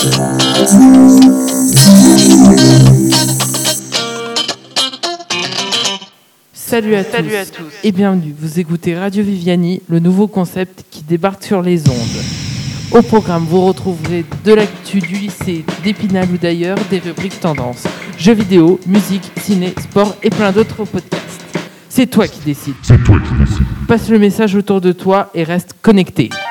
Salut à tous et bienvenue. Vous écoutez Radio Viviani, le nouveau concept qui débarque sur les ondes. Au programme, vous retrouverez de l'actu du lycée, d'Épinal ou d'ailleurs, des rubriques tendances, jeux vidéo, musique, ciné, sport et plein d'autres podcasts. C'est toi qui décides. Passe le message autour de toi et reste connecté.